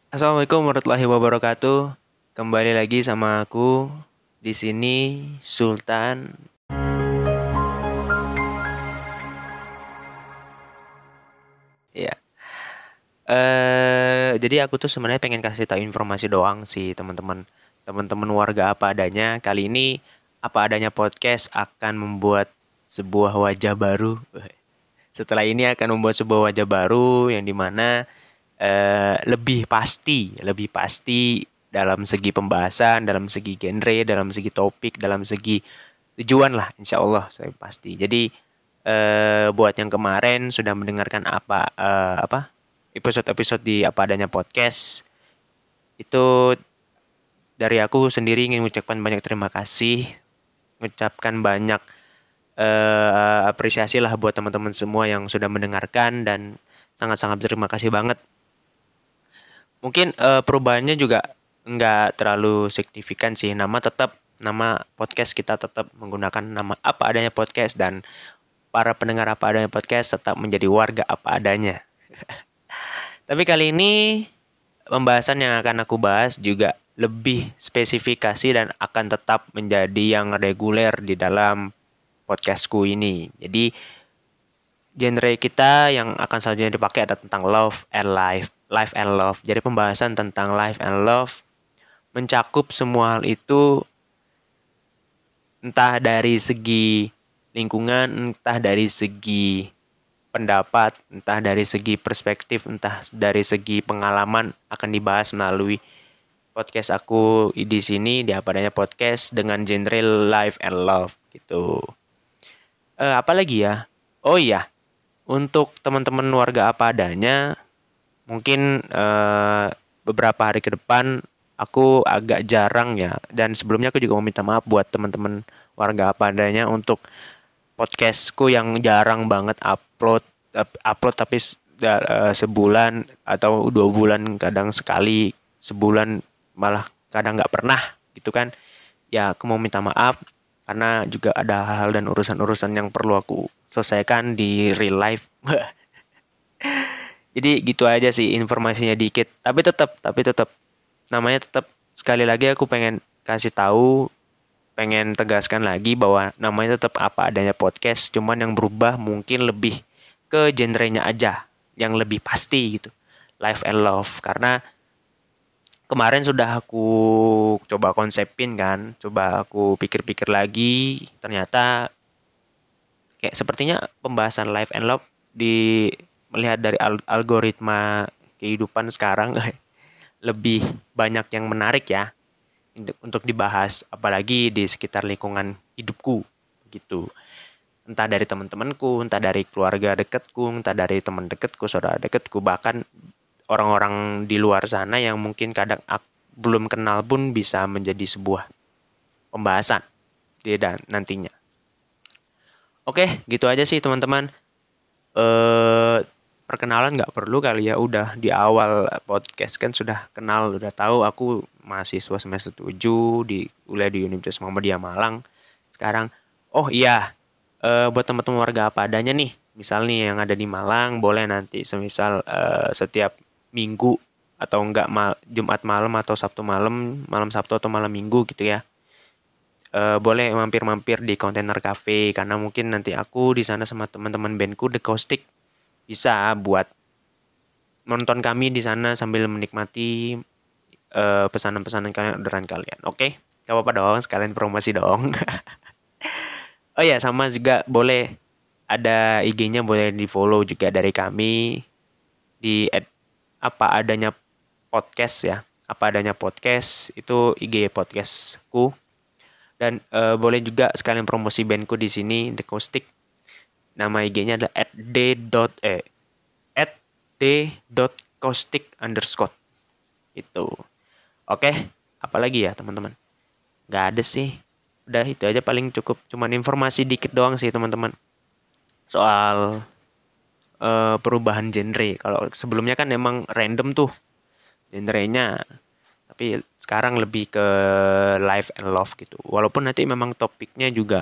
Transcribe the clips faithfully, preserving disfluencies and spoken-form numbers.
Assalamualaikum warahmatullahi wabarakatuh. Kembali lagi sama aku di sini Sultan. Ya. Eh jadi aku tuh sebenarnya pengen kasih tahu informasi doang sih teman-teman. Teman-teman warga apa adanya. Kali ini apa adanya podcast akan membuat sebuah wajah baru. Setelah ini akan membuat sebuah wajah baru yang dimana eh, lebih pasti, lebih pasti dalam segi pembahasan, dalam segi genre, dalam segi topik, dalam segi tujuan lah, insya Allah saya pasti. Jadi eh, buat yang kemarin sudah mendengarkan apa eh, apa episode-episode di apa adanya podcast itu dari aku sendiri ingin mengucapkan banyak terima kasih, mengucapkan banyak eh, apresiasi lah buat teman-teman semua yang sudah mendengarkan dan sangat-sangat terima kasih banget. Mungkin eh, perubahannya juga nggak terlalu signifikan sih. Nama tetap nama podcast kita tetap menggunakan nama apa adanya podcast dan para pendengar apa adanya podcast tetap menjadi warga apa adanya. Tapi kali ini pembahasan yang akan aku bahas juga lebih spesifikasi dan akan tetap menjadi yang reguler di dalam podcastku ini. Jadi genre kita yang akan selanjutnya dipakai ada tentang love and life, life and love. Jadi pembahasan tentang life and love mencakup semua hal itu entah dari segi lingkungan, entah dari segi pendapat, entah dari segi perspektif, entah dari segi pengalaman akan dibahas melalui podcast aku di sini di apa adanya podcast dengan genre life and love gitu. Eh, apa lagi ya? Oh iya, untuk teman-teman warga apa adanya, mungkin eh, beberapa hari ke depan aku agak jarang ya. Dan sebelumnya aku juga mau minta maaf buat teman-teman warga apa adanya untuk podcastku yang jarang banget upload upload tapi sebulan atau dua bulan kadang sekali, sebulan malah kadang nggak pernah gitu kan. Ya aku mau minta maaf karena juga ada hal-hal dan urusan-urusan yang perlu aku selesaikan di real life. Jadi gitu aja sih informasinya dikit. Tapi tetap, tapi tetap namanya tetap sekali lagi aku pengen kasih tahu, pengen tegaskan lagi bahwa namanya tetap apa adanya podcast, cuman yang berubah mungkin lebih ke genrenya aja, yang lebih pasti gitu. Life and love karena kemarin sudah aku coba konsepin kan, coba aku pikir-pikir lagi, ternyata kayak sepertinya pembahasan life and love di melihat dari al- algoritma kehidupan sekarang lebih banyak yang menarik ya untuk untuk dibahas apalagi di sekitar lingkungan hidupku gitu. Entah dari teman-temanku, entah dari keluarga dekatku, entah dari teman dekatku, saudara dekatku, bahkan orang-orang di luar sana yang mungkin kadang ak- belum kenal pun bisa menjadi sebuah pembahasan di dan nantinya. Oke, gitu aja sih teman-teman. Eh perkenalan nggak perlu kali ya, udah di awal podcast kan sudah kenal, udah tahu aku mahasiswa semester tujuh di kuliah di Universitas Muhammadiyah Malang. Sekarang, oh iya, eh, buat teman-teman warga apa adanya nih, misal nih yang ada di Malang, boleh nanti semisal eh, setiap minggu atau enggak mal, Jumat malam atau Sabtu malam, malam Sabtu atau malam Minggu gitu ya. Eh, boleh mampir-mampir di kontainer cafe karena mungkin nanti aku di sana sama teman-teman bandku The Caustic bisa buat menonton kami di sana sambil menikmati eh, pesanan-pesanan kalian, orderan kalian. Oke, gak apa-apa dong, sekalian promosi dong. Oh ya, sama juga boleh ada I G-nya boleh di follow juga dari kami di at- apa adanya podcast ya. Apa adanya podcast itu I G podcastku dan eh, boleh juga sekalian promosi bandku di sini The Caustic. Nama I G-nya adalah at d. eh at d.caustic underscore itu. Oke, apalagi ya teman-teman? Gak ada sih. Udah itu aja paling cukup. Cuman informasi dikit doang sih teman-teman. Soal eh, perubahan genre. Kalau sebelumnya kan emang random tuh genrenya. Tapi sekarang lebih ke life and love gitu. Walaupun nanti memang topiknya juga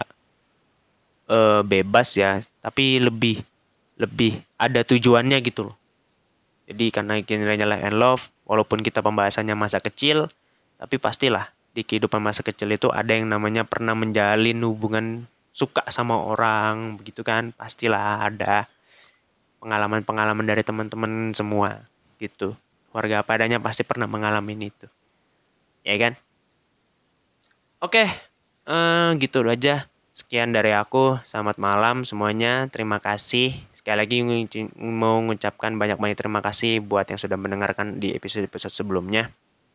eh, bebas ya. Tapi lebih lebih ada tujuannya gitu loh. Jadi karena genrenya life and love, walaupun kita pembahasannya masa kecil, tapi pastilah di kehidupan masa kecil itu ada yang namanya pernah menjalin hubungan suka sama orang, begitu kan? Pastilah ada pengalaman-pengalaman dari teman-teman semua, gitu. Warga apa adanya pasti pernah mengalami itu, ya kan? Oke, eh, gitu aja. Sekian dari aku. Selamat malam semuanya. Terima kasih. Sekali lagi mau mengucapkan banyak-banyak terima kasih buat yang sudah mendengarkan di episode-episode sebelumnya.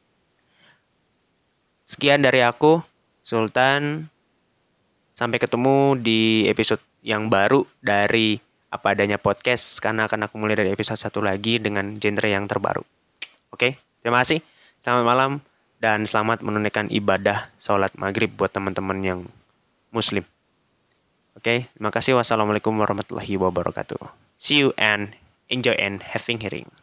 Sekian dari aku, Sultan. Sampai ketemu di episode yang baru dari Apa Adanya Podcast, karena akan aku mulai dari episode satu lagi dengan genre yang terbaru. Oke, terima kasih. Selamat malam dan selamat menunaikan ibadah sholat maghrib buat teman-teman yang muslim. Oke, terima kasih. Wassalamualaikum warahmatullahi wabarakatuh. See you and enjoy and having hearing.